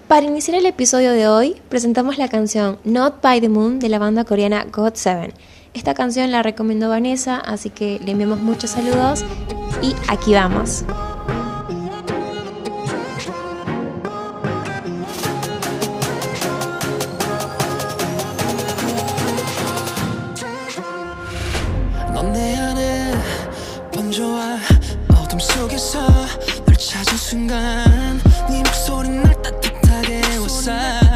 Para iniciar el episodio de hoy, presentamos la canción Not by the Moon de la banda coreana GOT7. Esta canción la recomendó Vanessa, así que le enviamos muchos saludos y aquí vamos. 넌 내 안에 번져와 어둠 속에서 널 찾은 순간 네 목소리는 날 따뜻하게 웃어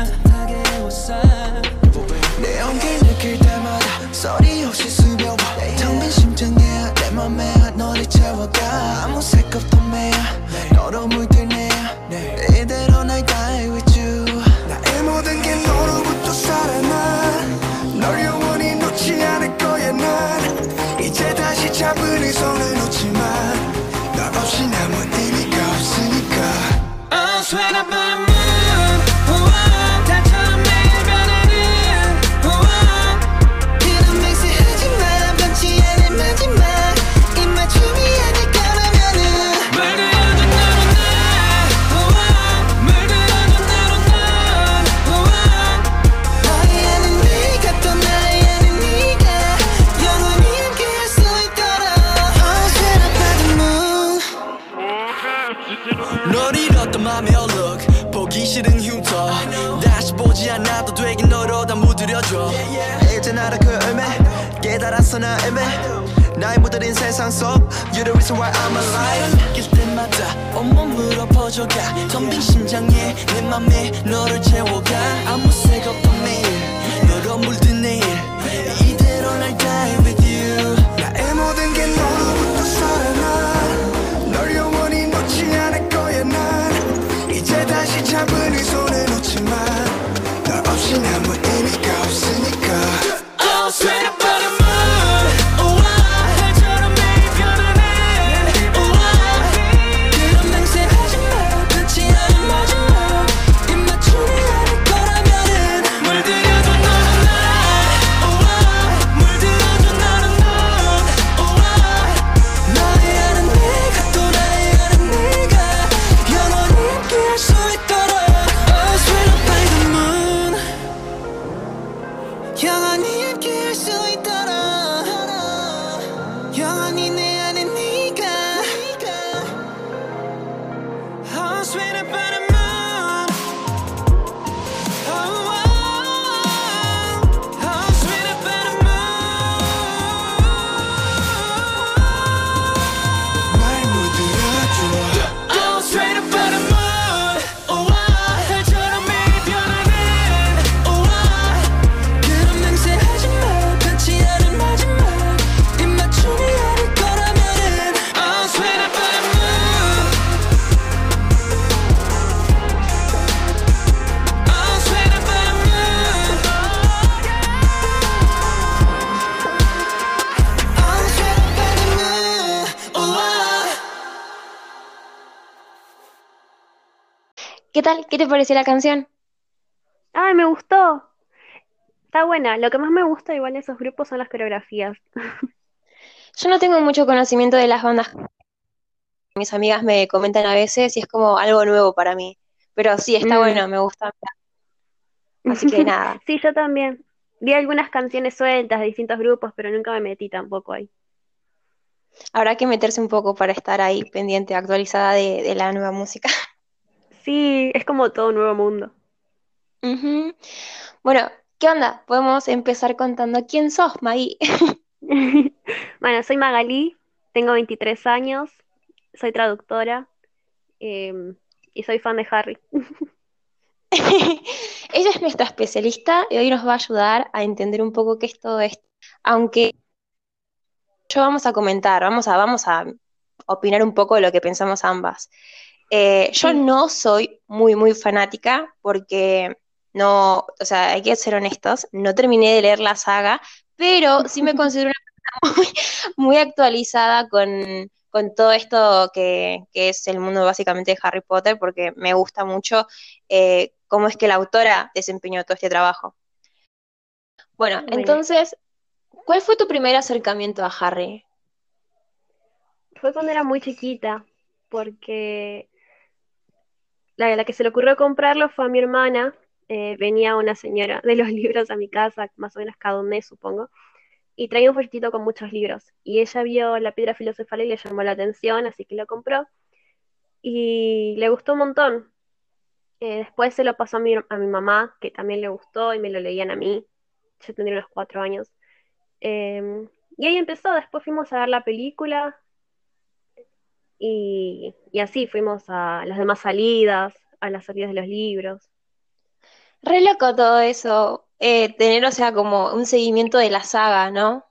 내 온길 느낄 때마다 소리 없이 스며와 텅 빈 심장에 내 맘에 너를 채워가 아무 색 없던 매야 너로 물들네야 이대로 날 die with you 나의 모든 게 너로부터 살아나 널 영원히 놓지 않을 거야 난 이제 다시 잡은 이 손을 놓지만 널 없이 아무 의미가 없으니까 Oh sweat up on the moon 달처럼 매일 변하는 그런 맹세하지 마 변치 않을 마지막 입맞춤이 아닐 거라면은 물들여줘 너로 나 물들여줘 너로 나 너의 아는 네가 또 나의 아는 네가 영원히 함께할 수 있도록 Oh sweat up by the moon 널 잃었던 맘의 얼룩 보기 싫은 흉터 다시 보지 않아도 되긴 너로 다 묻으려줘 이제 나를 그 의미 깨달았어 나 이미 나의 묻어린 세상 속 You're the reason why I'm alive 느낄 때마다 온몸으로 퍼져가 텅 빈 심장에 내 맘에 너를 채워가 아무 색 없던 매일 너로 물든 내일 이대로 날 die with you 나의 모든 게 너로부터 살아나 널 영원히 놓지 않을 거야 난 이제 다시 잡은 이 손을 놓지만 널 없이 아무 의미가 없으니까 Oh sweat up on the moon 달처럼 매일 변하는 그런 맹세하지 마 변치 않은 마지막 입맞춤이 아닐 거라면은 물들여줘 너는 나 물들여줘 너는 너 너의 아는 내가 또 나의 아는 네가 영원히 함께할 수 있도록 Oh sweat up by the moon 영원히 함께할 수 있도록 영원히 내 안에 네가 Oh sweat up by the moon Oh, oh, oh sweat up by the moon 날 물들여줘 Oh sweat up by the moon 달처럼 매일 변하는 그런 맹세하지 마 변치 않은 마지막 입맞춤이 아닐 거라면은 Oh sweat up by the moon Oh sweat up by the moon Oh sweat up by the moon ¿Qué tal? ¿Qué te pareció la canción? Ay, me gustó. Está buena. Lo que más me gusta igual de esos grupos son las coreografías. Yo no tengo mucho conocimiento de las bandas, mis amigas me comentan a veces y es como algo nuevo para mí. Pero sí, está Mm. bueno, me gusta. Así que nada, Sí, yo también. Vi algunas canciones sueltas de distintos grupos, pero nunca me metí tampoco ahí. habrá que meterse un poco para estar ahí pendiente, actualizada de la nueva música. Sí, es como todo un nuevo mundo. Ujú. Bueno, ¿qué onda? Podemos empezar contando quién sos, Maggie. Bueno, soy Magalí, tengo 23 años, soy traductora em, y soy fan de Harry. Ella es nuestra especialista y hoy nos va a ayudar a entender un poco qué es todo esto. Aunque yo vamos a comentar, vamos a opinar un poco de lo que pensamos ambas. Yo Sí. no soy muy fanática porque no, o sea, hay que ser honestos, no terminé de leer la saga, pero sí me considero una persona muy actualizada con todo esto que es el mundo básicamente de Harry Potter, porque me gusta mucho cómo es que la autora desempeñó todo este trabajo. Bueno, Bueno, entonces, ¿cuál fue tu primer acercamiento a Harry? fue cuando era muy chiquita, porque la que se le ocurrió comprarlo fue a mi hermana. Venía una señora de los libros a mi casa, más o menos cada un mes, supongo, y traía un folletito con muchos libros. Y ella vio la piedra filosofal y le llamó la atención, así que lo compró. Y le gustó un montón. Después se lo pasó a mi mamá, que también le gustó y me lo leían a mí. Yo tendría unos 4 años. Y ahí empezó, después fuimos a ver la película y así fuimos a las demás salidas, a las salidas de los libros. Re loco todo eso, tener, o sea, como un seguimiento de la saga, ¿no?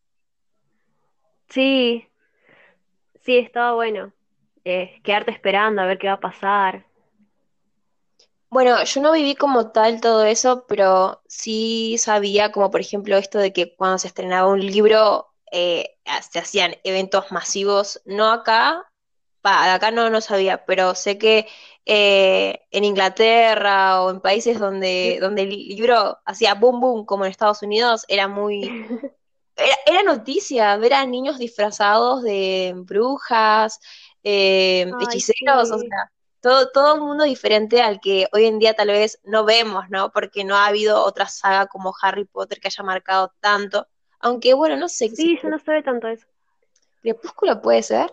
Sí, sí, estaba bueno. Quedarte esperando a ver qué va a pasar. Bueno, yo no viví como tal todo eso, pero sí sabía, como por ejemplo esto de que cuando se estrenaba un libro se hacían eventos masivos, no acá, acá no sabía, pero sé que en Inglaterra o en países donde el libro hacía boom boom, como en Estados Unidos, era noticia ver a niños disfrazados de brujas, Ay, hechiceros, o sí. sea, todo un mundo diferente al que hoy en día tal vez no vemos, ¿no? Porque no ha habido otra saga como Harry Potter que haya marcado tanto. Aunque bueno, no sé si Sí, yo no sabe tanto eso. Crepúsculo puede ser.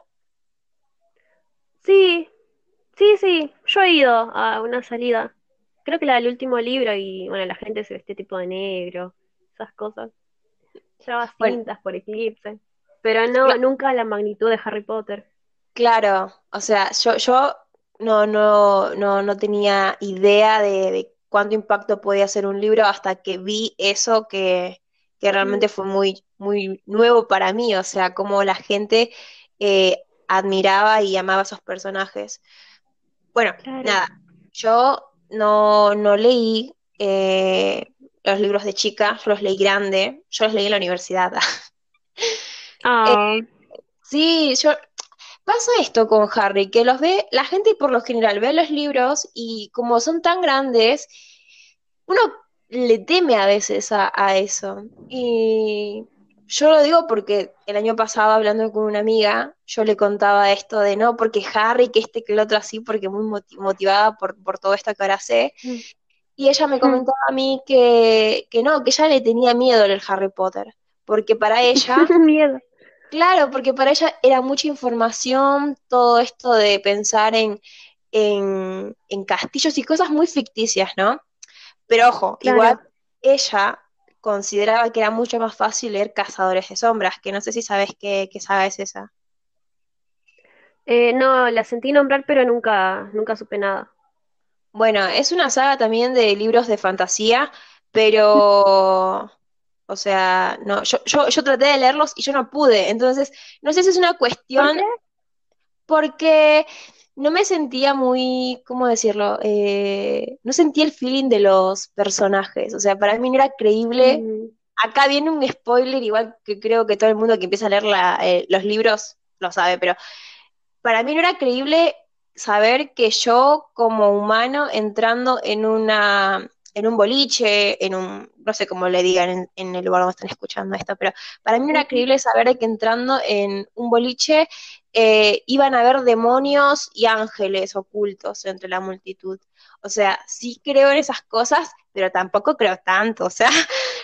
Sí, sí, sí. Yo he ido a una salida. Creo que la del último libro y bueno, la gente se vestía tipo de negro, esas cosas. Llevaba Bueno, cintas por eclipse. Pero no, cla- nunca a la magnitud de Harry Potter. claro, o sea, yo no tenía idea de cuánto impacto podía hacer un libro hasta que vi eso que Mm, realmente fue muy nuevo para mí, o sea, cómo la gente admiraba y amaba a esos personajes. Bueno, claro. nada, yo no leí los libros de chica, yo los leí grande, yo los leí en la universidad. Eh, Ah, sí, pasa esto con Harry, que los ve, la gente por lo general ve los libros y como son tan grandes, uno le teme a veces a eso. Y yo lo digo porque el año pasado hablando con una amiga, yo le contaba esto de no, porque Harry, que este, que el otro así, porque muy motivada por todo esto que ahora sé. mm, Y ella me comentaba a mí que no, que ella le tenía miedo el Harry Potter, porque para ella miedo. claro, porque para ella era mucha información, todo esto de pensar en castillos y cosas muy ficticias, ¿no? Pero ojo, igual Claro. ella consideraba que era mucho más fácil leer Cazadores de Sombras, que no sé si sabes qué saga es esa. No, la sentí nombrar, pero nunca supe nada. Bueno, es una saga también de libros de fantasía, pero, o sea, no, yo traté de leerlos y yo no pude, entonces, no sé si es una ¿Por cuestión qué? porque no me sentía muy, ¿cómo decirlo? No sentía el feeling de los personajes, o sea, para mí no era creíble. Mm, Acá viene un spoiler, igual que creo que todo el mundo que empieza a leer los libros lo sabe, pero para mí no era creíble saber que yo como humano entrando en un boliche, no sé cómo le digan en el lugar donde están escuchando esto, pero para mí no era ujú. creíble saber de que entrando en un boliche iban a haber demonios y ángeles ocultos entre la multitud. O sea, sí creo en esas cosas, pero tampoco creo tanto, o sea,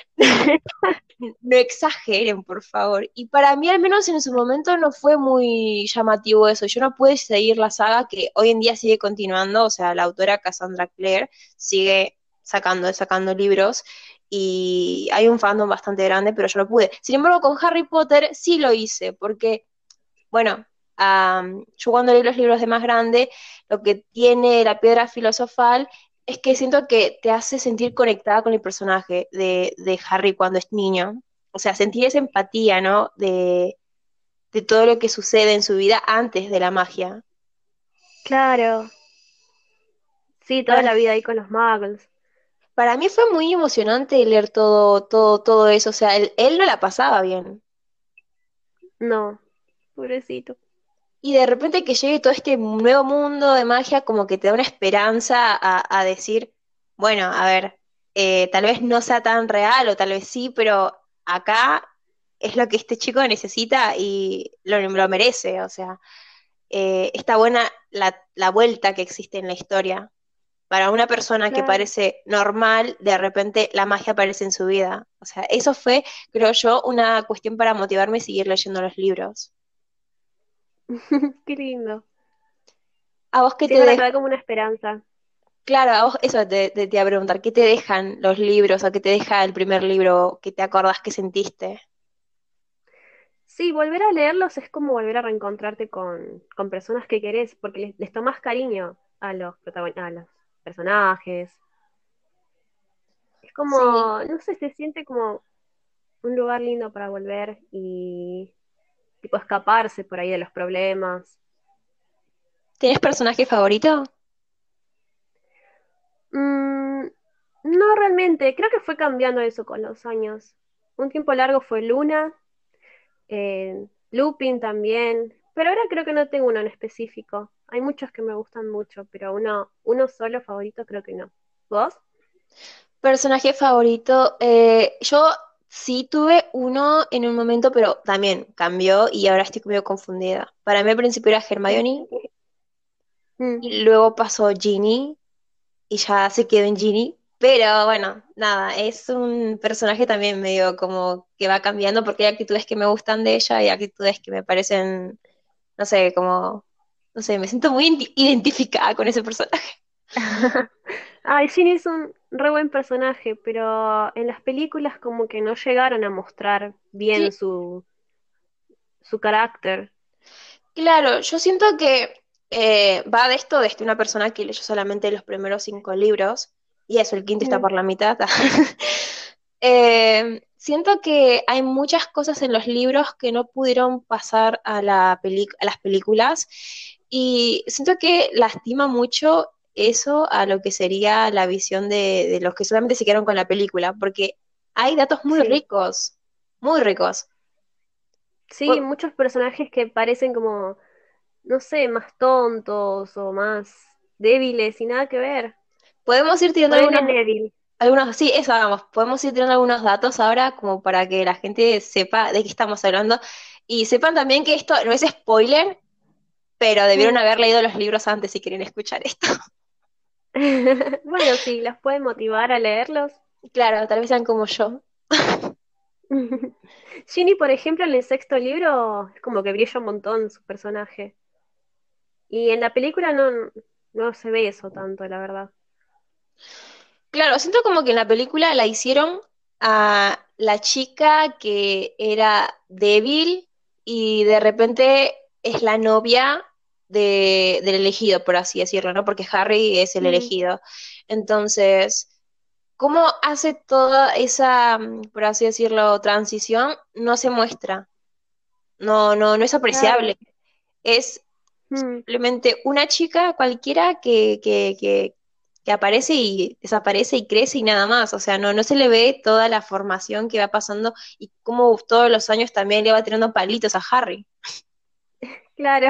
no exageren, por favor. Y para mí, al menos en su momento, no fue muy llamativo eso. Yo no pude seguir la saga que hoy en día sigue continuando. O sea, la autora Cassandra Clare sigue sacando libros y hay un fandom bastante grande, pero yo no pude. Sin embargo, con Harry Potter sí lo hice, porque, bueno, yo cuando leí los libros de más grande, lo que tiene la piedra filosofal es que siento que te hace sentir conectada con el personaje de Harry cuando es niño. O sea, sentir esa empatía, ¿no? De todo lo que sucede en su vida antes de la magia. Claro. Sí, toda Para, la vida ahí con los muggles. para mí fue muy emocionante leer todo eso. O sea, él no la pasaba bien. No, pobrecito. Y de repente que llegue todo este nuevo mundo de magia, como que te da una esperanza a decir, bueno, a ver, tal vez no sea tan real o tal vez sí, pero acá es lo que este chico necesita y lo merece, o sea. está buena la vuelta que existe en la historia. Para una persona que Claro. parece normal, de repente la magia aparece en su vida. O sea, eso fue, creo yo, una cuestión para motivarme a seguir leyendo los libros. Qué lindo. ¿A vos qué Sí, te es verdad que deja? da como una esperanza. Claro, a vos eso te iba a preguntar, ¿qué te dejan los libros o qué te deja el primer libro que te acordás que sentiste? Sí, volver a leerlos es como volver a reencontrarte con personas que querés, porque les tomás cariño a a los personajes. Es Sí. como, no sé, se siente como un lugar lindo para volver y tipo escaparse por ahí de los problemas. ¿Tienes personaje favorito? Mm, no realmente, creo que fue cambiando eso con los años. Un tiempo largo fue Luna, Lupin también, pero ahora creo que no tengo uno en específico. Hay muchos que me gustan mucho, pero uno solo favorito creo que no. ¿Vos? Personaje favorito, yo sí tuve uno en un momento, pero también cambió y ahora estoy medio confundida. Para mí al principio era Hermione Mm, y luego pasó Ginny y ya se quedó en Ginny. Pero bueno, nada, es un personaje también medio como que va cambiando porque hay actitudes que me gustan de ella y actitudes que me parecen, no sé, como, no sé, me siento muy identificada con ese personaje. Ay, Ginny es un re buen personaje, pero en las películas como que no llegaron a mostrar bien su carácter. Claro, yo siento que va de esto desde una persona que leyó solamente los primeros 5 libros, y eso, el quinto está Mm, por la mitad. Siento que hay muchas cosas en los libros que no pudieron pasar a las películas, y siento que lastima mucho eso a lo que sería la visión de los que solamente se quedaron con la película, porque hay datos sí, muy ricos. sí, muchos personajes que parecen como, no sé, más tontos o más débiles y nada que ver. Podemos ir tirando Ponele Neville. algunos, sí, eso hagamos. Podemos ir tirando algunos datos ahora como para que la gente sepa de qué estamos hablando y sepan también que esto no es spoiler, pero debieron Mm. haber leído los libros antes si quieren escuchar esto. Bueno, sí, los puede motivar a leerlos. Claro, tal vez sean como yo. Ginny, por ejemplo, en el sexto libro es como que brilla un montón su personaje. Y en la película no se ve eso tanto, la verdad. Claro, siento como que en la película la hicieron a la chica que era débil y de repente es la novia del elegido, por así decirlo, ¿no? Porque Harry es el Mm, elegido. Entonces, cómo hace toda esa, por así decirlo, transición, no se muestra, no es claro. apreciable. Es Mm, simplemente una chica cualquiera que aparece y desaparece y crece y nada más. O sea, no se le ve toda la formación que va pasando y cómo todos los años también le va tirando palitos a Harry. claro.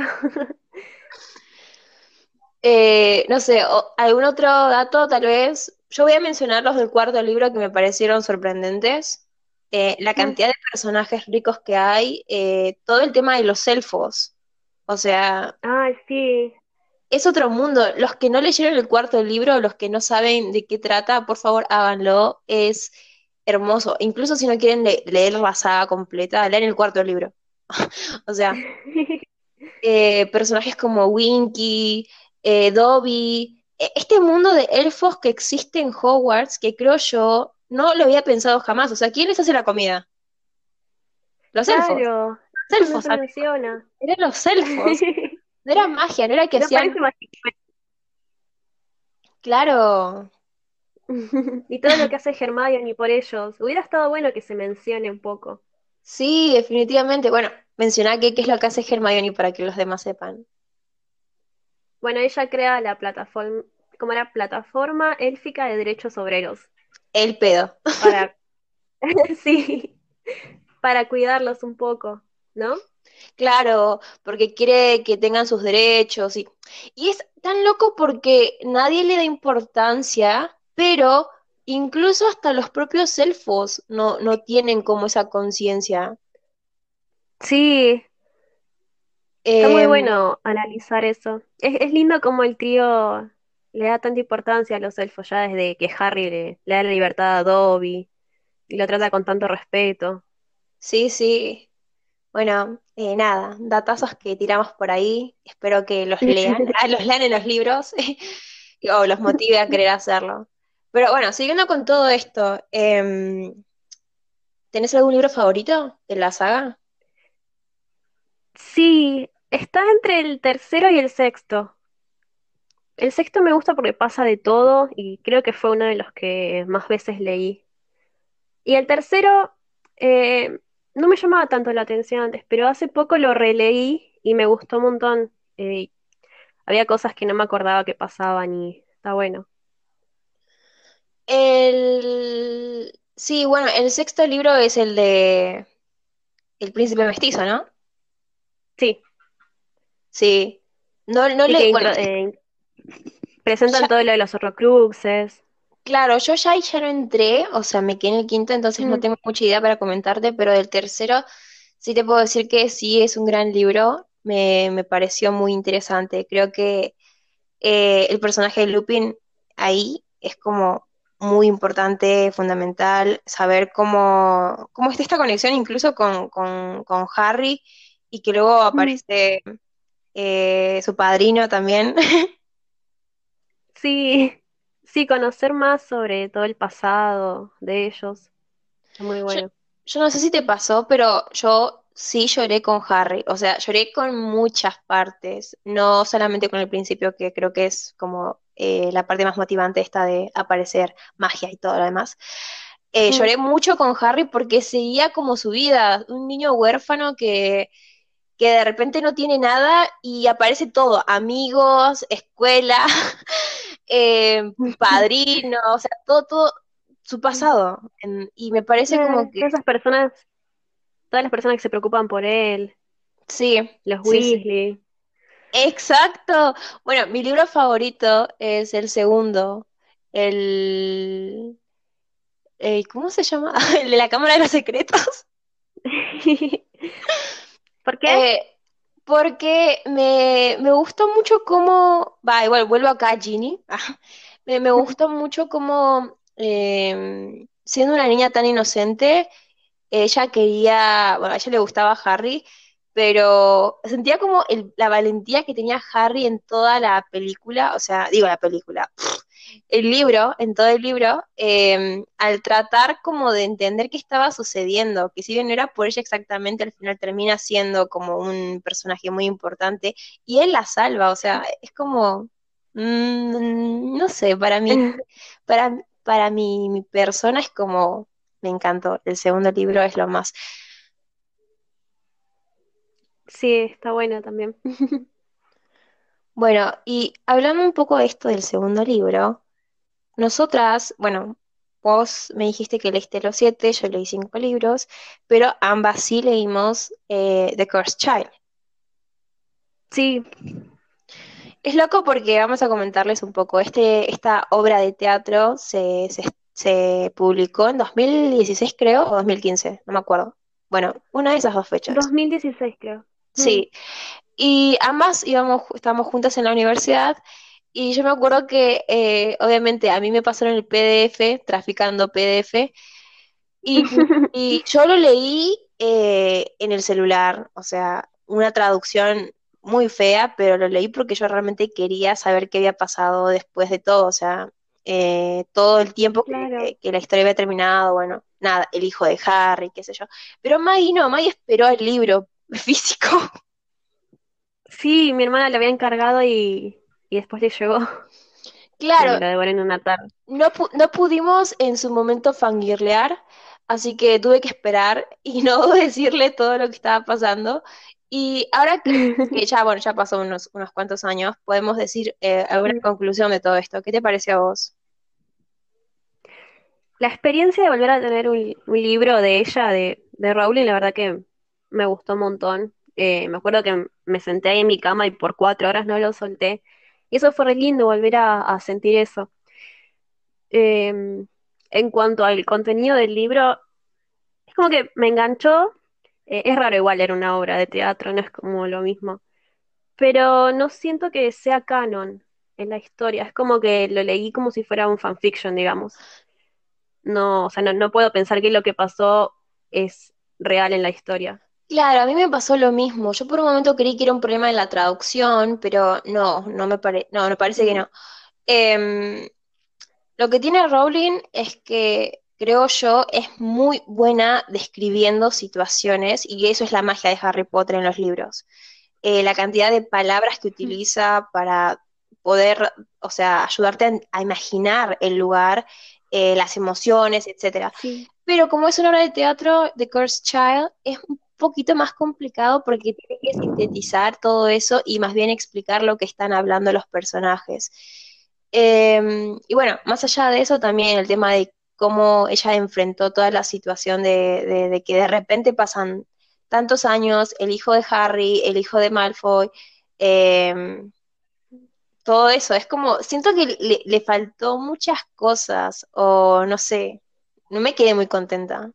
No sé, algún otro dato tal vez. Yo voy a mencionar los del cuarto libro que me parecieron sorprendentes. La Mm, cantidad de personajes ricos que hay, todo el tema de los elfos. O sea, ay, sí. es otro mundo. Los que no leyeron el cuarto libro, los que no saben de qué trata, por favor háganlo. Es hermoso. Incluso si no quieren leer la saga completa, lean el cuarto libro. O sea, personajes como Winky, Dobby, este mundo de elfos que existe en Hogwarts, que creo yo no lo había pensado jamás. O sea, ¿quién les hace la comida? Los elfos. Claro. Los Eso no elfos, se amigos. menciona. Eran los elfos. No era magia, no era que No hacían. parece mágico. Claro. Y todo lo que hace Hermione por ellos. Hubiera estado bueno que se mencione un poco. Sí, definitivamente. Bueno, mencioná qué es lo que hace Hermione para que los demás sepan. Bueno, ella crea la plataforma, como era plataforma élfica de derechos obreros. El pedo. Para, sí, para cuidarlos un poco, ¿no? Claro, porque quiere que tengan sus derechos y es tan loco porque nadie le da importancia, pero incluso hasta los propios elfos no tienen como esa conciencia. Sí, Está muy Em, bueno analizar eso. Es lindo como el trío le da tanta importancia a los elfos, ya desde que Harry le da la libertad a Dobby y lo trata con tanto respeto. sí, sí. Bueno, nada, datazos que tiramos por ahí. Espero que los lean. Ah, los lean en los libros o los motive a querer hacerlo. Pero bueno, siguiendo con todo esto, ¿tenés algún libro favorito de la saga? Sí, está entre el tercero y el sexto. El sexto me gusta porque pasa de todo y creo que fue uno de los que más veces leí. Y el tercero no me llamaba tanto la atención antes, pero hace poco lo releí y me gustó un montón. Había cosas que no me acordaba que pasaban y está bueno. Sí, bueno, el sexto libro es el de El Príncipe Mestizo, ¿no? Sí, Sí. No, no sí que le, bueno, presentan ya, todo lo de los Horrocruxes. claro, yo ya ahí ya no entré, o sea, me quedé en el quinto, entonces no Mm, tengo mucha idea para comentarte, pero del tercero sí te puedo decir que sí es un gran libro, me pareció muy interesante. Creo que el personaje de Lupin ahí es como muy importante, fundamental, saber cómo está esta conexión incluso con Harry y que luego mm. aparece su padrino también. Sí, sí, conocer más sobre todo el pasado de ellos. Está muy Yo, bueno. yo no sé si te pasó, pero yo sí lloré con Harry, o sea, lloré con muchas partes, no solamente con el principio, que creo que es como la parte más motivante esta de aparecer magia y todo lo demás. Mm. Lloré mucho con Harry porque seguía como su vida, un niño huérfano que de repente no tiene nada y aparece todo, amigos, escuela, padrino, o sea, todo su pasado. Y me parece como que Todas esas personas, todas las personas que se preocupan por él, sí, los sí, sí. Weasley. Exacto. Bueno, mi libro favorito es el segundo, el, ¿cómo se llama? El de la Cámara de los Secretos. ¿Por qué? Eh, Porque me gustó mucho cómo, va, igual vuelvo acá a Ginny. Me gustó mucho cómo, siendo una niña tan inocente, ella quería, bueno, a ella le gustaba Harry, pero sentía como la valentía que tenía Harry en toda la película, o sea, digo la película, el libro, en todo el libro, al tratar como de entender qué estaba sucediendo, que si bien no era por ella exactamente, al final termina siendo como un personaje muy importante y él la salva, o sea, es como, no sé, para mi persona es como, me encantó, el segundo libro es lo más. Sí, está bueno también. Bueno, y hablando un poco de esto del segundo libro, nosotras, bueno, vos me dijiste que leíste los 7, yo leí 5 libros, pero ambas sí leímos The Cursed Child. Sí, Es loco porque vamos a comentarles un poco. Esta obra de teatro se publicó en 2016, creo, o 2015, no me acuerdo. Bueno, una de esas dos fechas. 2016 creo. Mm. Sí, y ambas estábamos juntas en la universidad y yo me acuerdo que obviamente a mí me pasaron el PDF, traficando PDF, y, y yo lo leí en el celular, o sea, una traducción muy fea, pero lo leí porque yo realmente quería saber qué había pasado después de todo, o sea, todo el tiempo Claro. que la historia había terminado, bueno, nada, el hijo de Harry, qué sé yo. Pero Maggie no, Maggie esperó el libro físico. Sí, mi hermana lo había encargado y después le llegó y me Claro, lo devoré en una tarde. no pudimos en su momento fangirlear, así que tuve que esperar y no decirle todo lo que estaba pasando. Y ahora que ya, bueno, ya pasó unos cuantos años, podemos decir alguna conclusión de todo esto. ¿Qué te pareció a vos? La experiencia de volver a tener un libro de ella, de Rowling, la verdad que me gustó un montón. Me acuerdo que me senté ahí en mi cama y por 4 horas no lo solté. Y eso fue re lindo, volver a sentir eso. En cuanto al contenido del libro, es como que me enganchó. Es raro igual leer una obra de teatro, no es como lo mismo. pero no siento que sea canon en la historia. Es como que lo leí como si fuera un fanfiction, digamos. No, o sea, no puedo pensar que lo que pasó es real en la historia. Claro, a mí me pasó lo mismo. Yo por un momento creí que era un problema en la traducción, pero no, me parece que Mm, no. Em, lo que tiene Rowling es que, creo yo, es muy buena describiendo situaciones y eso es la magia de Harry Potter en los libros. La cantidad de palabras que mm, utiliza para poder, o sea, ayudarte a imaginar el lugar, las emociones, etcétera. sí, Pero como es una obra de teatro, The Cursed Child es un poquito más complicado porque tiene que sintetizar todo eso y más bien explicar lo que están hablando los personajes. Y bueno, más allá de eso, también el tema de cómo ella enfrentó toda la situación de que de repente pasan tantos años, el hijo de Harry, el hijo de Malfoy, em, todo eso. Es como, siento que le faltó muchas cosas, o no sé, no me quedé muy contenta.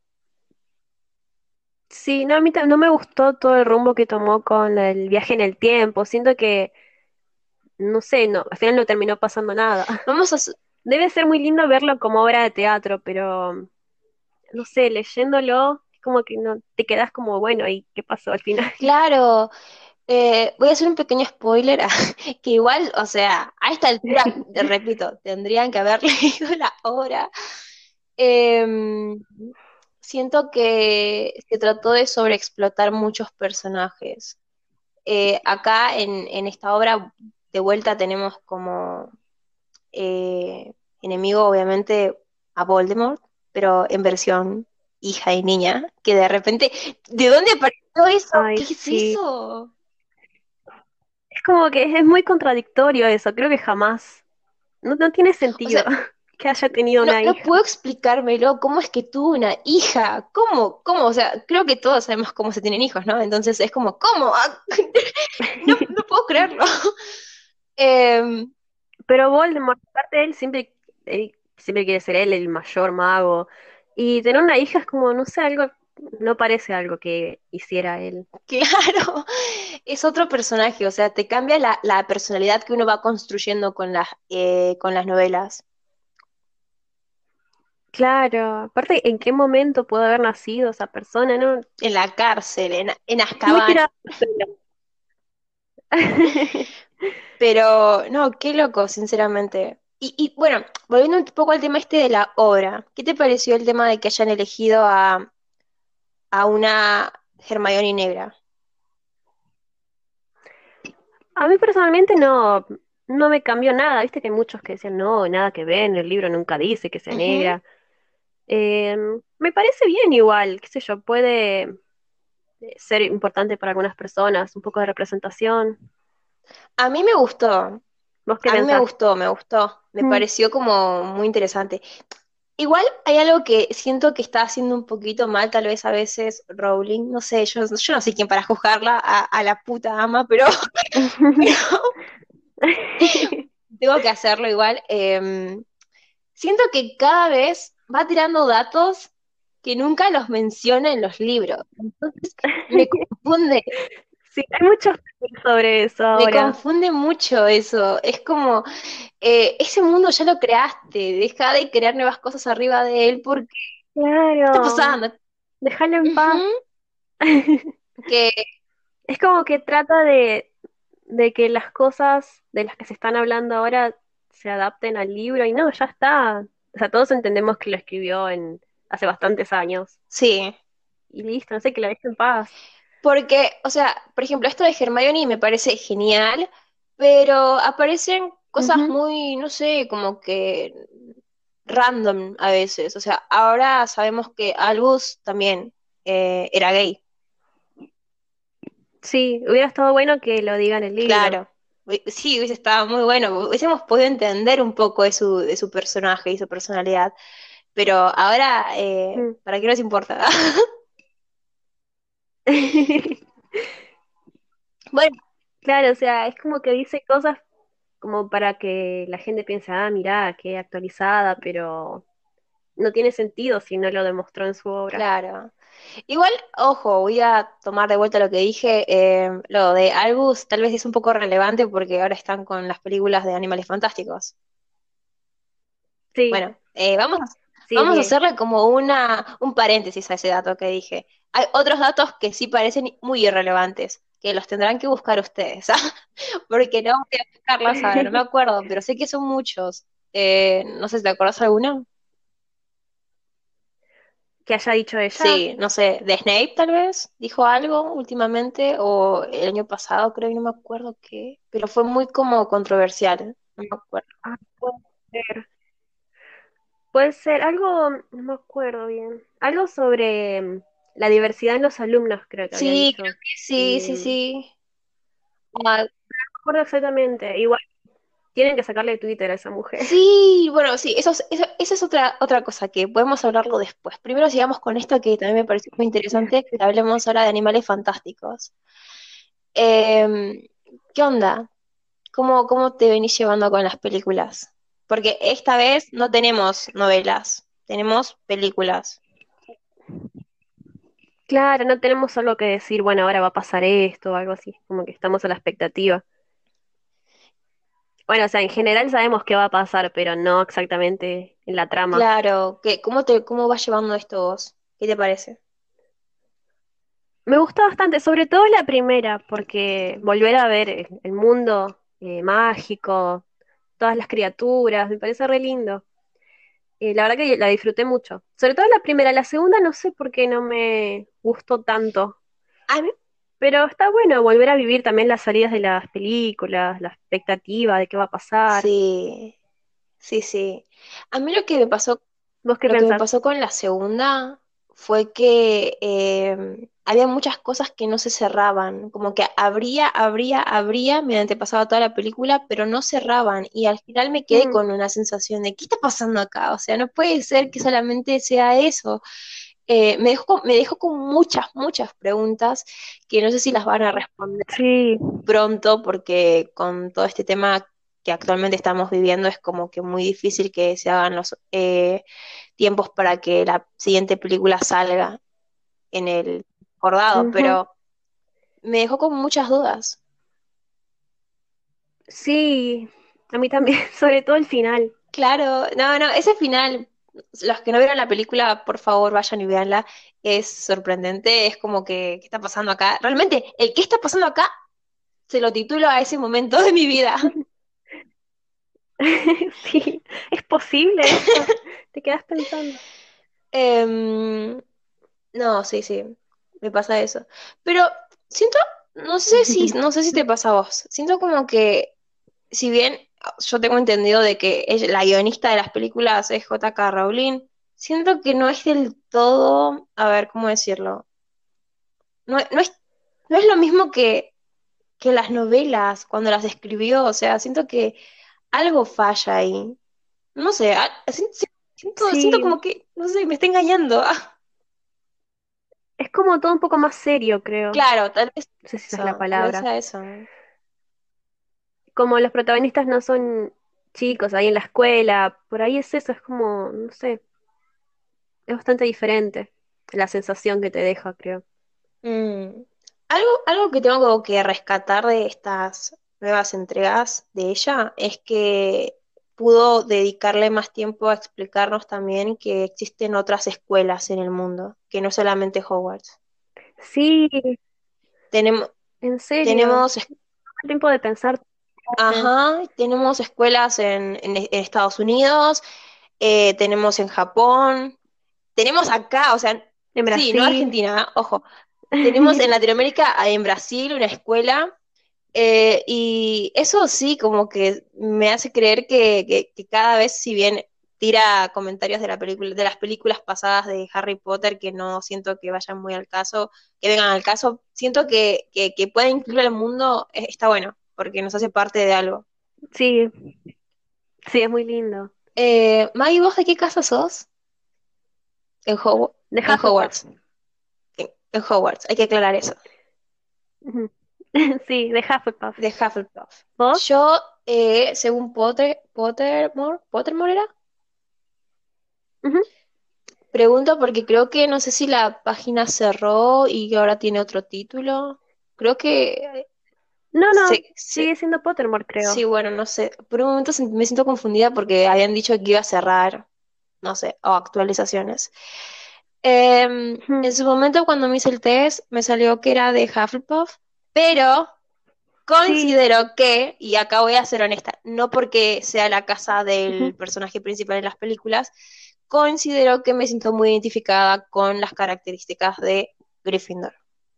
sí, no, a mí no me gustó todo el rumbo que tomó con el viaje en el tiempo. Siento que, no sé, no, al final no terminó pasando nada. Vamos a, su- Debe ser muy lindo verlo como obra de teatro, pero no sé, leyéndolo, es como que no te quedas como, bueno, ¿y qué pasó al final? claro, voy a hacer un pequeño spoiler, que igual, o sea, a esta altura, te repito, tendrían que haber leído la obra. Em, siento que se trató de sobreexplotar muchos personajes. Acá en esta obra, de vuelta tenemos como enemigo, obviamente, a Voldemort, pero en versión hija y niña, que de repente, ¿de dónde apareció eso? Ay, ¿Qué es sí. eso? Es como que es muy contradictorio eso, creo que jamás, no tiene O sea, sentido que haya tenido no, una no hija. puedo explicármelo, cómo es que tuvo una hija, cómo, o sea, creo que todos sabemos cómo se tienen hijos, ¿no? Entonces es como, ¿cómo? Ah, no, no puedo creerlo. Em, Pero Voldemort, aparte de él siempre quiere ser él el mayor mago. Y tener una hija es como, no sé, algo, no parece algo que hiciera él. claro, es otro personaje, o sea, te cambia la personalidad que uno va construyendo con las novelas. Claro, aparte, ¿en qué momento pudo haber nacido esa persona, no? En la cárcel, en Muy Azkaban. tirado de pelo. Pero, no, qué loco, sinceramente. Y bueno, volviendo un poco al tema este de la obra, ¿qué te pareció el tema de que hayan elegido a una Hermione negra? A mí personalmente no me cambió nada, viste que hay muchos que decían, no, nada que ver, en el libro nunca dice que sea Ujú. negra. Me parece bien igual, qué sé yo, puede ser importante para algunas personas, un poco de representación. A mí me gustó, ¿Vos qué a mí pensás? me gustó, me Mm. pareció como muy interesante. Igual hay algo que siento que está haciendo un poquito mal, tal vez a veces Rowling, no sé, yo no sé quién para juzgarla a la puta ama, pero, pero tengo que hacerlo igual. Siento que cada vez va tirando datos que nunca los menciona en los libros. Entonces me confunde, Sí, hay muchos memes sobre eso me ahora. confunde mucho eso. Es como, ese mundo ya lo creaste, deja de crear nuevas cosas arriba de él porque, ¿qué está Claro, pasando? déjalo en paz. Ujú, que Es como que trata de que las cosas de las que se están hablando ahora se adapten al libro y no, ya está. O sea, todos entendemos que lo escribió hace bastantes años. sí, Y listo, no sé, que la deje en paz. porque, o sea, por ejemplo, esto de Hermione me parece genial, pero aparecen cosas Ujú. muy, no sé, como que random a veces. O sea, ahora sabemos que Albus también era gay, Sí, hubiera estado bueno que lo diga en el libro. claro. Sí, hubiese estado muy bueno, hubiésemos podido entender un poco de su personaje y su personalidad, pero ahora, Mm. ¿para qué nos importa? Bueno, Claro, o sea, es como que dice cosas como para que la gente piense, ah, mirá, qué actualizada, pero no tiene sentido si no lo demostró en su obra. Claro. Igual, ojo, voy a tomar de vuelta lo que dije. Lo de Albus tal vez es un poco relevante porque ahora están con las películas de Animales Fantásticos. Sí, Bueno, sí, vamos a hacerle como un paréntesis a ese dato que dije. Hay otros datos que sí parecen muy irrelevantes, que los tendrán que buscar ustedes, ¿ah? Porque no voy a buscarlos ahora, no me acuerdo, pero sé que son muchos. No sé si te acuerdas alguno. que haya dicho ella. Sí, no sé, de Snape tal vez, dijo algo últimamente, o el año pasado creo, y no me acuerdo qué, pero fue muy como controversial, no me acuerdo. Ah, puede ser. Puede ser algo, no me acuerdo bien. Algo sobre la diversidad en los alumnos, creo que había Sí, creo dicho. que sí, sí, No sí. Ah, me acuerdo exactamente. Igual tienen que sacarle Twitter a esa mujer. sí, bueno, sí, eso es otra cosa que podemos hablarlo después. Primero sigamos con esto que también me pareció muy interesante, que hablemos ahora de animales fantásticos. Em, ¿Qué onda? ¿Cómo te venís llevando con las películas? Porque esta vez no tenemos novelas, tenemos películas. Claro, no tenemos algo que decir, bueno, ahora va a pasar esto o algo así, como que estamos a la expectativa. Bueno, o sea, en general sabemos qué va a pasar, pero no exactamente en la trama. Claro, ¿cómo vas llevando esto vos? ¿Qué te parece? Me gustó bastante, sobre todo la primera, porque volver a ver el mundo mágico, todas las criaturas, me parece re lindo. La verdad que la disfruté mucho. Sobre todo la primera, la segunda no sé por qué no me gustó tanto. A mí, Pero está bueno volver a vivir también las salidas de las películas, la expectativa de qué va a pasar. sí, sí, sí. A mí lo que me pasó ¿Vos qué Lo que me pensás? pasó con la segunda fue que había muchas cosas que no se cerraban, como que abría, mediante pasaba toda la película, pero no cerraban y al final me quedé Mm, con una sensación de ¿qué está pasando acá? O sea, no puede ser que solamente sea eso. Me dejó con muchas preguntas que no sé si las van a responder sí, pronto porque con todo este tema que actualmente estamos viviendo es como que muy difícil que se hagan los tiempos para que la siguiente película salga en el acordado, ujú. pero me dejó con muchas dudas. Sí, a mí también, sobre todo el final. Claro, no, ese final, los que no vieron la película, por favor vayan y véanla, es sorprendente, es como que, ¿qué está pasando acá? Realmente, el ¿qué está pasando acá? Se lo titulo a ese momento de mi vida. Sí, es posible esto. Te quedas pensando. Em, no, sí, sí, me pasa eso. Pero siento, no sé si te pasa a vos. Siento como que, si bien yo tengo entendido de que la guionista de las películas es J.K. Rowling, siento que no es del todo, a ver, ¿cómo decirlo? No es lo mismo que las novelas cuando las escribió. O sea, siento que algo falla ahí. No sé, siento Sí, como que, no sé, me está engañando. es como todo un poco más serio, creo. Claro, No sé si esa es la tal vez palabra. sea eso. Como los protagonistas no son chicos ahí en la escuela, por ahí es eso, es como, no sé, es bastante diferente la sensación que te deja, creo. Mm. Algo que tengo que rescatar de estas nuevas entregas de ella es que pudo dedicarle más tiempo a explicarnos también que existen otras escuelas en el mundo, que no solamente Hogwarts. Sí, Tenemos, en serio, tenemos, el tiempo de pensar. ajá, tenemos escuelas en Estados Unidos, tenemos en Japón, tenemos acá, o sea, En sí, no Brasil. Argentina, ojo. Tenemos en Latinoamérica, en Brasil, una escuela, y eso sí, como que me hace creer que cada vez, si bien tira comentarios de la película, de las películas pasadas de Harry Potter, que no siento que vayan muy al caso, que vengan al caso, siento que pueda incluir al mundo, está bueno, porque nos hace parte de algo. Sí, sí, es muy lindo. Maggie, ¿vos de qué casa sos? De En Hufflepuff. Hogwarts. En Hogwarts, hay que aclarar eso. Ujú. Sí, de Hufflepuff. De Hufflepuff. ¿Vos? Yo, según Pottermore, ¿Pottermore era? Ujú. Pregunto porque creo que no sé si la página cerró y ahora tiene otro título. Creo que No, no, se, sigue siendo Pottermore, sí, creo. bueno, no sé. Por un momento me siento confundida porque habían dicho que iba a cerrar, no sé, o actualizaciones. En Ujú. su momento, cuando me hice el test, me salió que era de Hufflepuff, pero Sí. considero que, y acá voy a ser honesta, no porque sea la casa del Ujú. personaje principal en las películas, considero que me siento muy identificada con las características de Gryffindor.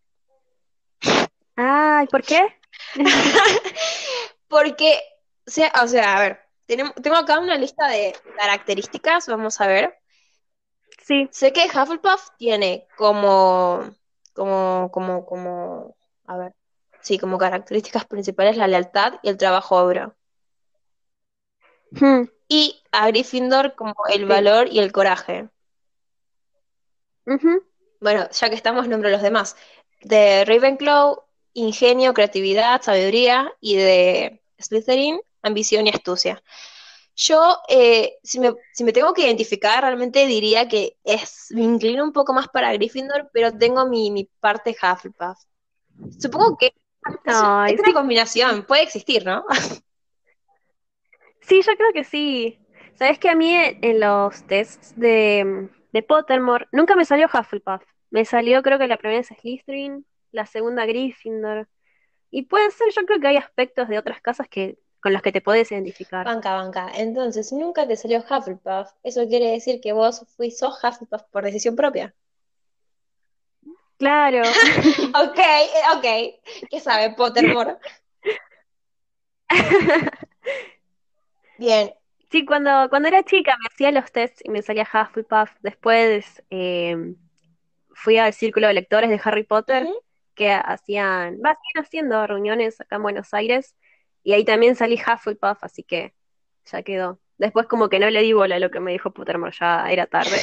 Ay, ¿por qué? Porque, o sea, a ver, tengo acá una lista de características, vamos a ver. Sí. Sé que Hufflepuff tiene como, a ver, sí, como características principales la lealtad y el trabajo obra. Ujú. Y a Gryffindor como el Sí. valor y el coraje. Ujú. Bueno, ya que estamos, nombro los demás. De Ravenclaw, ingenio, creatividad, sabiduría. Y de Slytherin, ambición y astucia. Yo, si me tengo que identificar, realmente diría que me inclino un poco más para Gryffindor, pero tengo mi parte Hufflepuff. Supongo que es Ay, una sí. combinación, puede existir, ¿no? Sí, yo creo que sí. Sabes que a mí en los tests de Pottermore nunca me salió Hufflepuff. Me salió, creo que la primera es Slytherin, la segunda Gryffindor. Y puede ser, yo creo que hay aspectos de otras casas que con los que te puedes identificar. Banca, banca. Entonces, nunca te salió Hufflepuff. Eso quiere decir que sos Hufflepuff por decisión propia. Claro. Ok, ok. ¿Qué sabe Pottermore? Bien. Sí, cuando era chica me hacía los tests y me salía Hufflepuff. Después fui al círculo de lectores de Harry Potter Ujú. que siguen haciendo reuniones acá en Buenos Aires y ahí también salí Hufflepuff, así que ya quedó. Después como que no le di bola a lo que me dijo Pottermore, ya era tarde.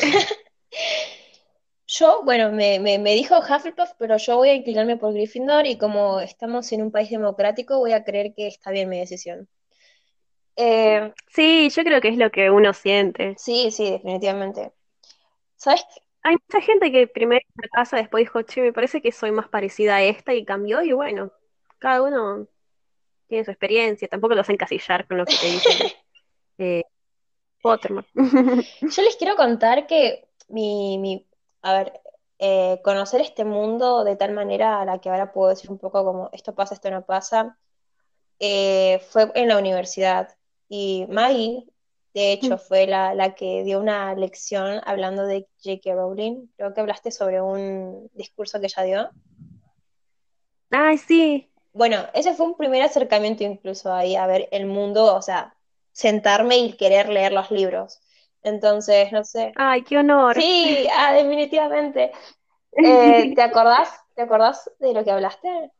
Yo, bueno, me dijo Hufflepuff, pero yo voy a inclinarme por Gryffindor y como estamos en un país democrático, voy a creer que está bien mi decisión. Eh, Sí, yo creo que es lo que uno siente. sí, sí, definitivamente. ¿Sabes qué? Hay mucha gente que primero en la casa, después dijo, che, me parece que soy más parecida a esta y cambió y bueno, cada uno tiene su experiencia, tampoco los encasillar con lo que te dice eh, Pottermore. Yo les quiero contar que a ver, conocer este mundo de tal manera a la que ahora puedo decir un poco como esto pasa, esto no pasa, fue en la universidad. Y Maggie, de hecho, fue la que dio una lección hablando de J.K. Rowling. Creo que hablaste sobre un discurso que ella dio. Ay, sí. Bueno, ese fue un primer acercamiento incluso ahí a ver el mundo, o sea, sentarme y querer leer los libros. Entonces, no sé. Ay, qué honor. Sí, definitivamente. ¿Te acordás? ¿Te acordás de lo que hablaste?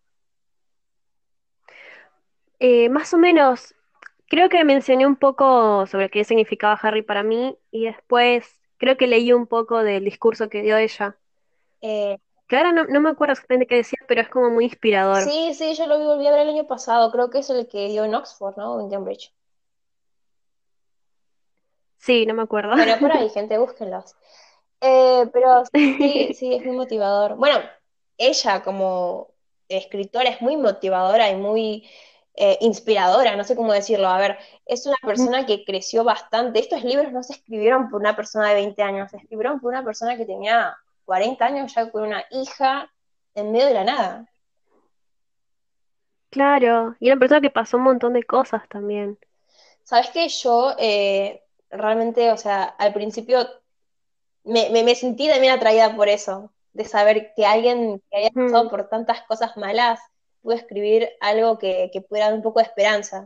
Más o menos, creo que mencioné un poco sobre qué significaba Harry para mí y después creo que leí un poco del discurso que dio ella, Eh, que ahora no me acuerdo exactamente qué decía, pero es como muy inspirador. sí, sí, yo lo volví a ver el año pasado. Creo que es el que dio en Oxford, ¿no? O en Cambridge. Sí, no me acuerdo. Bueno, por ahí, gente, búsquenlos. Pero sí, sí, es muy motivador. Bueno, ella como escritora es muy motivadora y muy inspiradora, no sé cómo decirlo. A ver, es una persona que creció bastante. Estos libros no se escribieron por una persona de 20 años, se escribieron por una persona que tenía 40 años ya con una hija en medio de la nada. Claro, y era una persona que pasó un montón de cosas también. ¿Sabes qué? Yo realmente, o sea, al principio me sentí también atraída por eso, de saber que alguien que haya pasado Mm, por tantas cosas malas pudo escribir algo que pudiera dar un poco de esperanza.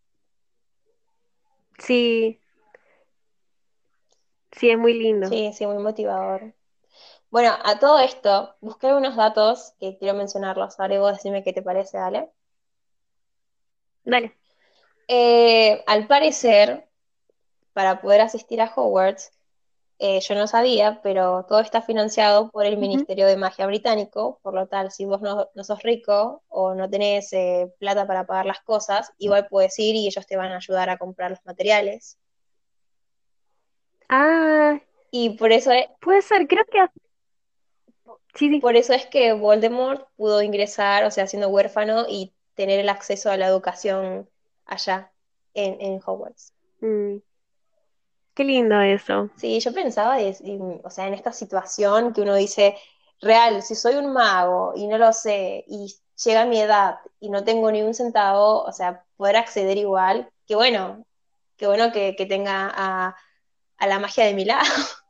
sí, sí, es muy lindo. Sí, sí, muy motivador. Bueno, a todo esto, busqué algunos datos que quiero mencionarlos. Ahora y vos decime qué te parece, ¿vale? Dale. Al parecer, para poder asistir a Hogwarts, yo no sabía, pero todo está financiado por el Ujú. Ministerio de Magia británico, por lo tal, si vos no sos rico o no tenés plata para pagar las cosas, igual puedes ir y ellos te van a ayudar a comprar los materiales. Ah, Y por eso Puede ser, creo que sí, sí. por eso es que Voldemort pudo ingresar, o sea, siendo huérfano y tener el acceso a la educación allá en Hogwarts. Mm, qué lindo eso. Sí, yo pensaba, o sea, en esta situación que uno dice, real, si soy un mago y no lo sé, y llega mi edad y no tengo ni un centavo, o sea, poder acceder igual, qué bueno que tenga a la magia de mi lado.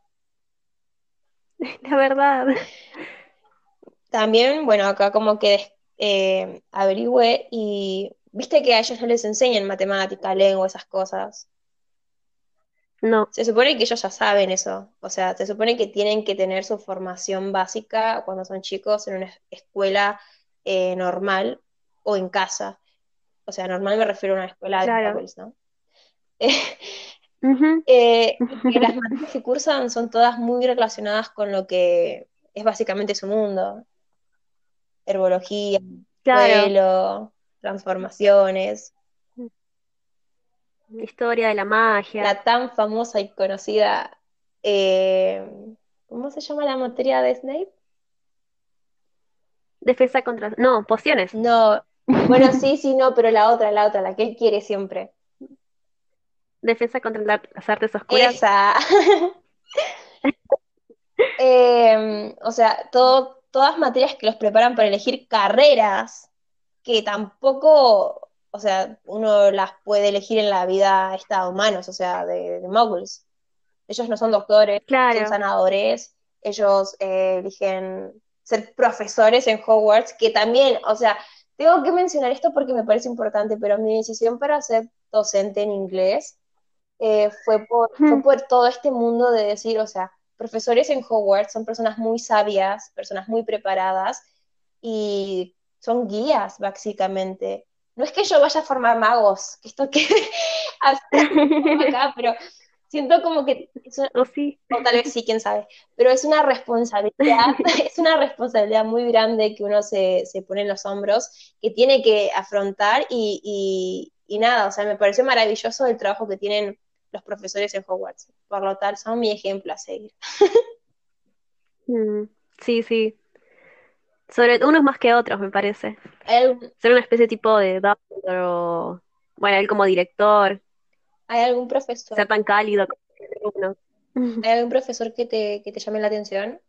La verdad. También, bueno, acá como que averigüé y viste que a ellos no les enseñan matemática, lengua, esas cosas. No, Se supone que ellos ya saben eso, o sea, se supone que tienen que tener su formación básica cuando son chicos en una escuela normal o en casa. O sea, normal me refiero a una escuela de claro. Hogwarts, ¿no? Ujú. Y que las materias que cursan son todas muy relacionadas con lo que es básicamente su mundo. Herbología, Claro. vuelo, transformaciones. Historia de la magia. La tan famosa y conocida, eh, ¿cómo se llama la materia de Snape? Defensa contra... No, pociones. No, bueno, sí, sí, no, pero la que él quiere siempre. Defensa contra las artes oscuras. Esa. O sea, todas materias que los preparan para elegir carreras que tampoco, o sea, uno las puede elegir en la vida esta de humanos, o sea, de muggles. Ellos no son doctores, son Claro. sanadores, ellos eligen ser profesores en Hogwarts, que también, o sea, tengo que mencionar esto porque me parece importante, pero mi decisión para ser docente en inglés fue Mm, por todo este mundo de decir, o sea, profesores en Hogwarts son personas muy sabias, personas muy preparadas y son guías, básicamente. No es que yo vaya a formar magos, que esto que hacer acá, pero siento como que o sí. o tal vez sí, quién sabe, pero es una responsabilidad, es una responsabilidad muy grande que uno se pone en los hombros, que tiene que afrontar y nada, o sea, me pareció maravilloso el trabajo que tienen los profesores en Hogwarts. Por lo tal, son mi ejemplo a seguir. Mm, sí, sí. Sobre unos más que otros, me parece. ¿Hay algún, Ser una especie tipo de Dumbledore o... Bueno, él como director. hay algún profesor, Ser tan cálido con los alumnos. hay algún profesor que te llame la atención?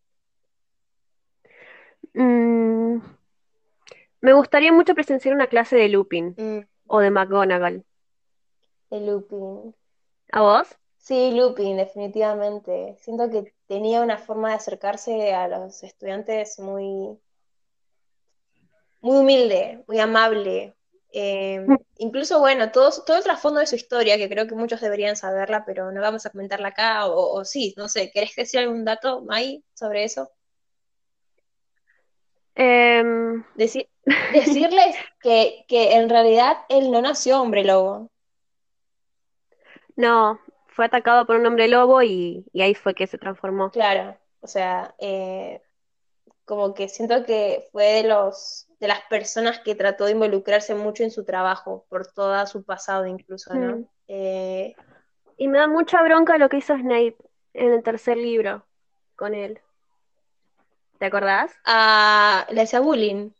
Mm, me gustaría mucho presenciar una clase de Lupin Mm, o de McGonagall. de Lupin. ¿A vos? Sí, Lupin, definitivamente. Siento que tenía una forma de acercarse a los estudiantes muy humilde, muy amable. Incluso, bueno, todo el trasfondo de su historia, que creo que muchos deberían saberla, pero no vamos a comentarla acá, o sí, no sé, ¿querés decir algún dato, Mai, sobre eso? Em, Deci- Decirles que en realidad él no nació hombre lobo, no, fue atacado por un hombre lobo y ahí fue que se transformó. claro. O sea, como que siento que fue de las personas que trató de involucrarse mucho en su trabajo, por todo su pasado incluso, ¿no? Mm. Y me da mucha bronca lo que hizo Snape en el tercer libro con él. ¿Te acordás? Le hacía bullying.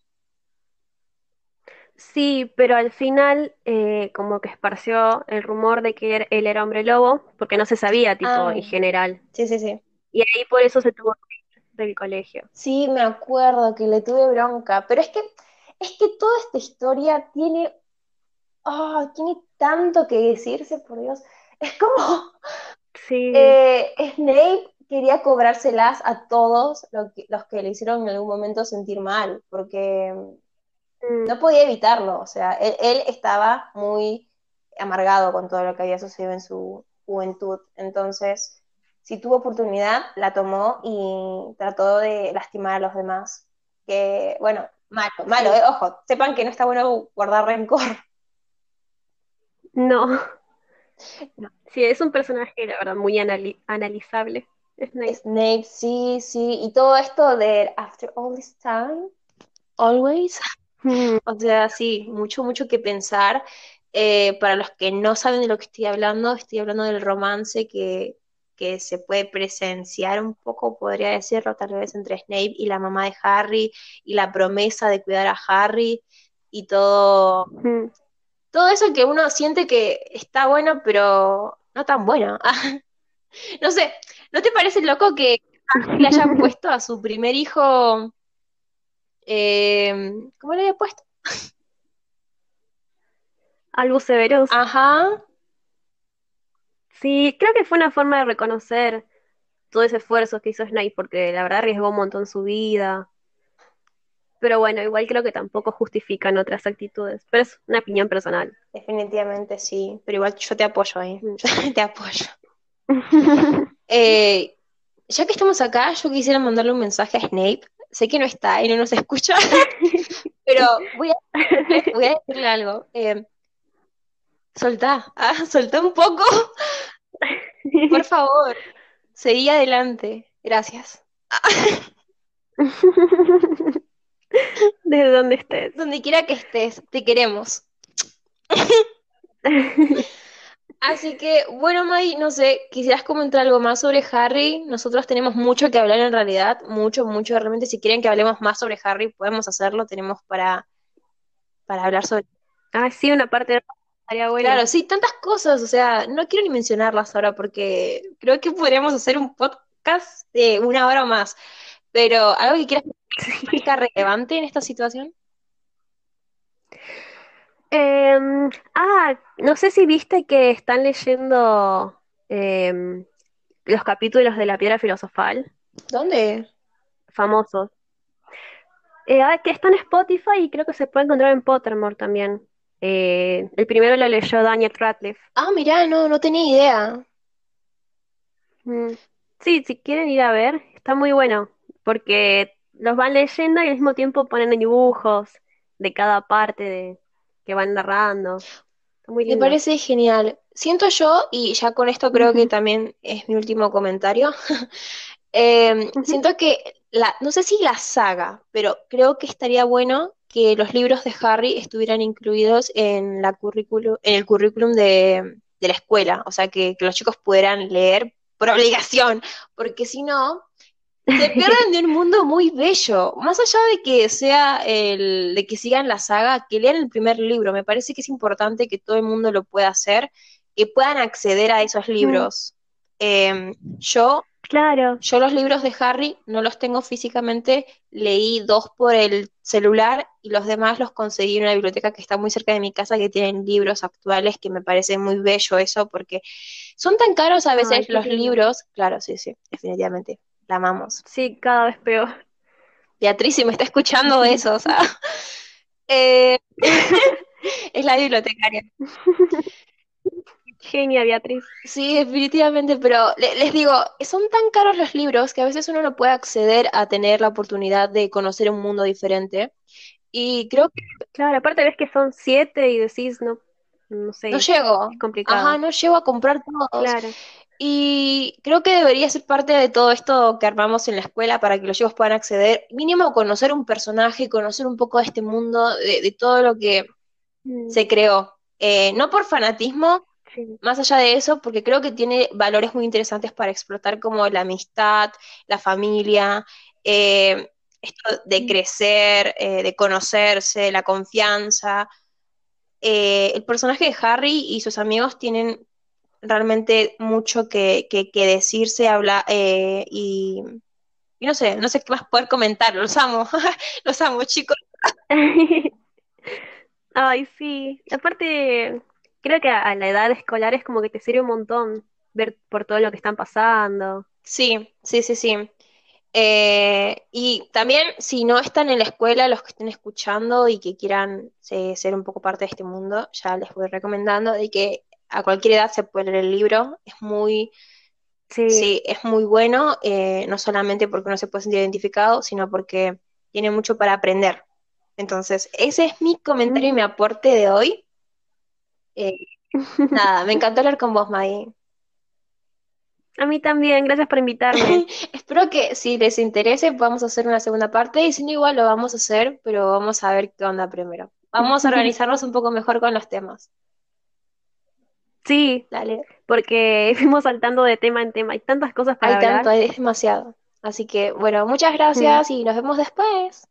Sí, pero al final como que esparció el rumor de que él era hombre lobo, porque no se sabía, tipo, Ah, en general. sí, sí, sí. Y ahí por eso se tuvo que ir del colegio. Sí, me acuerdo que le tuve bronca, pero es que toda esta historia tiene tanto que decirse, por Dios. Es como Sí, Snape quería cobrárselas a todos los que le hicieron en algún momento sentir mal, porque mm, no podía evitarlo, o sea, él estaba muy amargado con todo lo que había sucedido en su juventud, entonces, si tuvo oportunidad, la tomó y trató de lastimar a los demás, que, bueno, malo, malo, sí. ojo, sepan que no está bueno guardar rencor. No, no. Sí, es un personaje, la verdad, muy analizable. Snape. Snape, sí, sí, y todo esto de After all this time, always. Mm, O sea, sí, mucho, mucho que pensar. Para los que no saben de lo que estoy hablando del romance que se puede presenciar un poco, podría decirlo, tal vez entre Snape y la mamá de Harry, y la promesa de cuidar a Harry, y Mm. todo eso que uno siente que está bueno, pero no tan bueno. No sé, ¿no te parece loco que le hayan puesto a su primer hijo, ¿cómo le había puesto? Albus Severus. Ajá, Sí, creo que fue una forma de reconocer todo ese esfuerzo que hizo Snape, porque la verdad arriesgó un montón su vida. Pero bueno, igual creo que tampoco justifican otras actitudes. Pero es una opinión personal. definitivamente sí, pero igual yo te apoyo ahí, Mm. yo te apoyo. Eh, ya que estamos acá, yo quisiera mandarle un mensaje a Snape. Sé que no está y no nos escucha, pero voy a decirle algo. Soltá, soltá un poco, por favor. Seguí adelante. Gracias. Desde donde estés. Donde quiera que estés, te queremos. Así que, bueno, May, no sé, ¿quisieras comentar algo más sobre Harry? Nosotros tenemos mucho que hablar en realidad, mucho, mucho. Realmente, si quieren que hablemos más sobre Harry, podemos hacerlo. Tenemos para hablar sobre... Ah, sí, una parte de estaría bueno. Claro, sí, tantas cosas. O sea, no quiero ni mencionarlas ahora porque creo que podríamos hacer un podcast de 1 hora o más. Pero, ¿algo que quieras que parezca relevante en esta situación? No sé si viste que están leyendo los capítulos de la Piedra Filosofal, ¿Dónde? famosos. Que está en Spotify y creo que se puede encontrar en Pottermore también. El primero lo leyó Daniel Radcliffe. Ah, mirá, no, no tenía idea. Mm. Sí, si quieren ir a ver, está muy bueno, porque los van leyendo y al mismo tiempo ponen dibujos de cada parte que van narrando. Está muy Me lindo. parece genial. Siento yo, y ya con esto creo que Ujú, también es mi último comentario, ujú. siento que, no sé si la saga, pero creo que estaría bueno que los libros de Harry estuvieran incluidos en en el currículum de la escuela, o sea, que los chicos pudieran leer por obligación, porque si no, se pierden de un mundo muy bello. Más allá de que sea de que sigan la saga, que lean el primer libro. Me parece que es importante que todo el mundo lo pueda hacer, que puedan acceder a esos Mm. libros. Eh, yo, Claro. yo los libros de Harry no los tengo físicamente, leí 2 por el celular y los demás los conseguí en una biblioteca que está muy cerca de mi casa que tienen libros actuales, que me parece muy bello eso, porque son tan caros a Ay, veces qué los lindo. libros. Claro, sí, sí, definitivamente. La amamos. Sí, cada vez peor. Beatriz, si me está escuchando eso, o sea, eh, es la bibliotecaria. Genia, Beatriz. Sí, definitivamente, pero les digo, son tan caros los libros que a veces uno no puede acceder a tener la oportunidad de conocer un mundo diferente. Y creo que Claro, aparte ves que son 7 y decís, no, no no sé, llego, es ajá, complicado. no llego a comprar todos. Claro. Y creo que debería ser parte de todo esto que armamos en la escuela para que los chicos puedan acceder, mínimo conocer un personaje, conocer un poco de este mundo, de todo lo que Mm, se creó. No por fanatismo, sí. más allá de eso, porque creo que tiene valores muy interesantes para explotar, como la amistad, la familia, eh, esto de Mm, crecer, de conocerse, la confianza. El personaje de Harry y sus amigos tienen realmente mucho que decirse, habla, y no sé, no sé qué más poder comentar. Los amo, los amo, chicos. Ay, sí. Aparte, creo que a la edad escolar es como que te sirve un montón ver por todo lo que están pasando. Sí, sí, sí, sí. Y también, si no están en la escuela, los que estén escuchando y que quieran ser un poco parte de este mundo, ya les voy recomendando de que a cualquier edad se puede leer el libro. Sí. Sí, es muy bueno, no solamente porque uno se puede sentir identificado, sino porque tiene mucho para aprender. Entonces, ese es mi comentario y mi Ujú. aporte de hoy. Eh, Nada, me encantó hablar con vos, Maggie. A mí también, gracias por invitarme. Espero que si les interese podamos hacer una segunda parte y si no igual lo vamos a hacer, pero vamos a ver qué onda primero. Vamos a organizarnos un poco mejor con los temas. Sí, Dale, porque fuimos saltando de tema en tema. Hay tantas cosas para hay tanto, hablar. es demasiado. Así que, bueno, muchas Mm. gracias y nos vemos después.